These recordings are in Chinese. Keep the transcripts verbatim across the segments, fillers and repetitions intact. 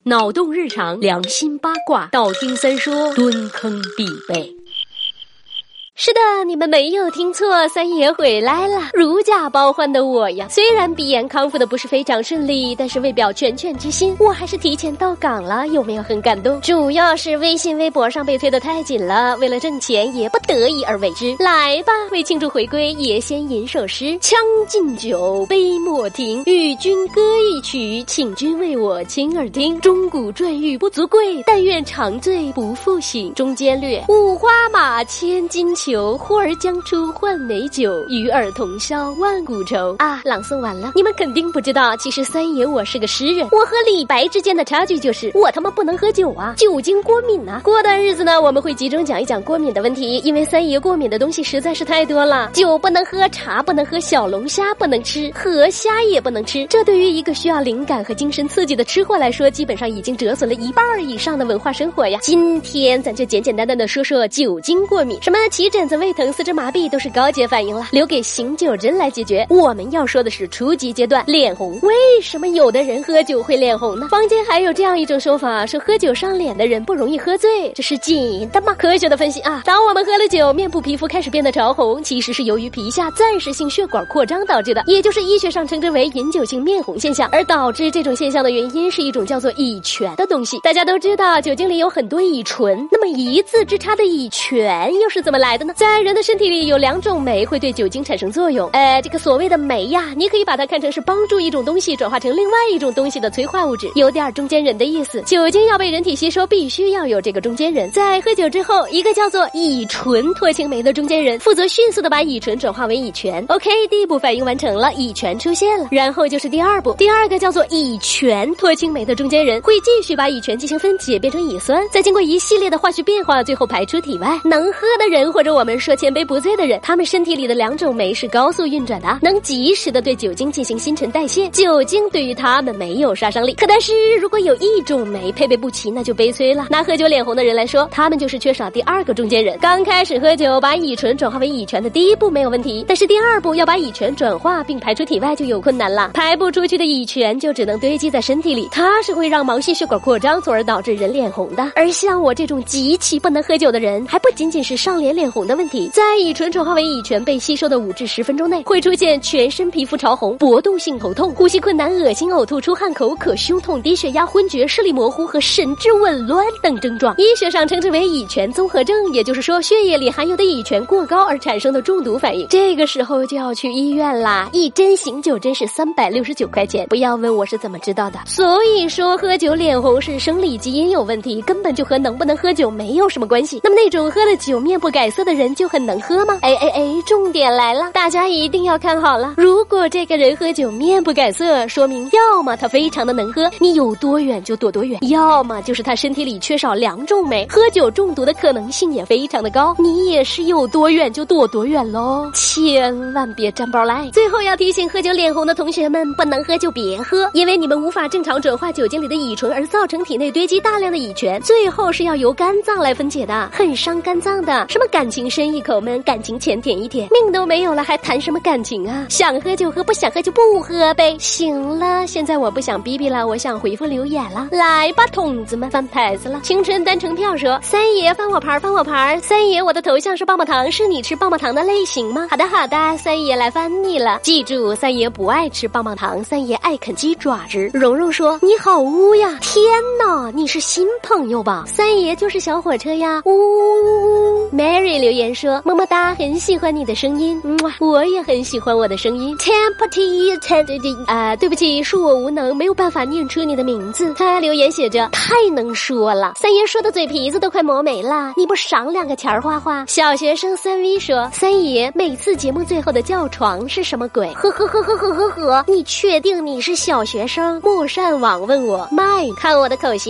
脑洞日常，良心八卦，道听三说，蹲坑必备。是的，你们没有听错，三爷回来了，如假包换的我呀。虽然鼻炎康复的不是非常顺利，但是为表拳拳之心，我还是提前到岗了，有没有很感动？主要是微信微博上被推得太紧了，为了挣钱也不得已而为之。来吧，为庆祝回归，爷先吟首诗：将进酒，杯莫停，与君歌一曲，请君为我倾耳听。钟鼓馔玉不足贵，但愿长醉不复醒。中间略五花马，千金裘。呼儿将出换美酒，与尔同销万古愁。啊，朗诵完了，你们肯定不知道，其实三爷我是个诗人。我和李白之间的差距就是我他妈不能喝酒啊，酒精过敏啊。过段日子呢，我们会集中讲一讲过敏的问题，因为三爷过敏的东西实在是太多了。酒不能喝，茶不能喝，小龙虾不能吃，河虾也不能吃。这对于一个需要灵感和精神刺激的吃货来说，基本上已经折损了一半以上的文化生活呀。今天咱就简简单单的说说酒精过敏，什么起疹子、胃疼、四肢麻痹都是高阶反应了，留给醒酒针来解决。我们要说的是初级阶段，脸红。为什么有的人喝酒会脸红呢？坊间还有这样一种说法，说喝酒伤脸的人不容易喝醉，这是真的吗？科学的分析啊，当我们喝了酒，面部皮肤开始变得潮红，其实是由于皮下暂时性血管扩张导致的，也就是医学上称之为饮酒性面红现象。而导致这种现象的原因是一种叫做乙醛的东西。大家都知道酒精里有很多乙醇，那么一字之差的乙醛又是怎么来的呢？在人的身体里有两种酶会对酒精产生作用，呃，这个所谓的酶呀，你可以把它看成是帮助一种东西转化成另外一种东西的催化物质，有点中间人的意思。酒精要被人体吸收，必须要有这个中间人。在喝酒之后，一个叫做乙醇脱氢酶的中间人负责迅速的把乙醇转化为乙醛。OK， 第一步反应完成了，乙醛出现了，然后就是第二步，第二个叫做乙醛脱氢酶的中间人会继续把乙醛进行分解，变成乙酸，再经过一系列的化学变化，最后排出体外。能喝的人，或者我们说千杯不醉的人，他们身体里的两种酶是高速运转的，能及时的对酒精进行新陈代谢，酒精对于他们没有杀伤力。可但是如果有一种酶配备不齐，那就悲催了。拿喝酒脸红的人来说，他们就是缺少第二个中间人。刚开始喝酒把乙醇转化为乙醛的第一步没有问题，但是第二步要把乙醛转化并排出体外就有困难了，排不出去的乙醛就只能堆积在身体里，它是会让毛细血管扩张，从而导致人脸红的。而像我这种极其不能喝酒的人，还不仅仅是上脸脸红的问题，在乙醇转化为乙醛被吸收的五至十分钟内，会出现全身皮肤潮红、搏动性头痛、呼吸困难、恶心、呕吐、出汗、口渴、胸痛、低血压、昏厥、视力模糊和神志紊乱等症状。医学上称之为乙醛综合症，也就是说血液里含有的乙醛过高而产生的中毒反应。这个时候就要去医院啦，一针醒酒针是三百六十九块钱。不要问我是怎么知道的。所以说喝酒脸红是生理基因有问题，根本就和能不能喝酒没有什么关系。那么那种喝了酒面不改色的人就很能喝吗？哎哎哎，重点来了，大家一定要看好了。如果这个人喝酒面不改色，说明要么他非常的能喝，你有多远就躲多远，要么就是他身体里缺少两种酶，喝酒中毒的可能性也非常的高，你也是有多远就躲多远咯，千万别沾包赖。最后要提醒喝酒脸红的同学们，不能喝就别喝，因为你们无法正常转化酒精里的乙醇，而造成体内堆积大量的乙醛，最后是要由肝脏来分解的，很伤肝脏的。什么感情深一口闷，感情浅舔一舔，命都没有了还谈什么感情啊？想喝就喝，不想喝就不喝呗。行了，现在我不想逼逼了，我想回复留言了。来吧筒子们，翻牌子了。青春单程票说，三爷翻我牌翻我牌，三爷我的头像是棒棒糖，是你吃棒棒糖的类型吗？好的好的，三爷来翻你了。记住，三爷不爱吃棒棒糖，三爷爱啃鸡爪子。蓉蓉说，你好污呀，天哪，你是新朋友吧？三爷就是小火车呀，呜呜呜。Mary 留言说，么么哒，很喜欢你的声音，嗯，我也很喜欢我的声音。Tempty Tempty 啊，对不起，恕我无能，没有办法念出你的名字。他留言写着，太能说了，三爷说的嘴皮子都快磨没了，你不赏两个钱儿花花？小学生三 V 说，三爷每次节目最后的叫床是什么鬼？呵呵呵呵呵呵呵，你确定你是小学生？莫善网问我，麦看我的口型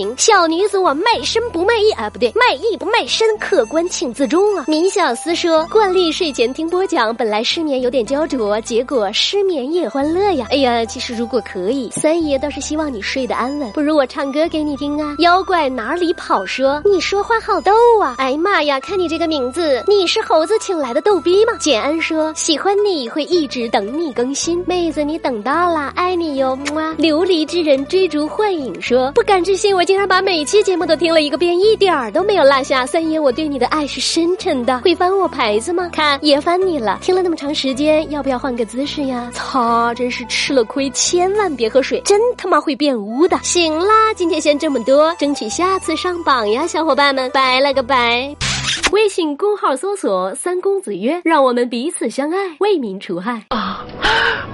情，小女子我卖身不卖艺啊，不对，卖艺不卖身，客官请自重啊。米小思说，惯例睡前听播讲，本来失眠有点焦灼，结果失眠也欢乐呀。哎呀，其实如果可以，三爷倒是希望你睡得安稳，不如我唱歌给你听啊。妖怪哪里跑说，你说话好逗啊。哎妈呀，看你这个名字，你是猴子请来的逗逼吗？简安说，喜欢你会一直等你更新，妹子你等到了，爱你哟。哇，琉璃之人追逐幻影说，不敢置信我竟然把每期节目都听了一个遍，一点儿都没有落下。三爷我对你的爱是深沉的，会翻我牌子吗？看也翻你了，听了那么长时间，要不要换个姿势呀？操，真是吃了亏，千万别喝水，真他妈会变污的。行啦，今天先这么多，争取下次上榜呀，小伙伴们，拜了个拜。微信公号搜索三公子曰，让我们彼此相爱，为民除害啊。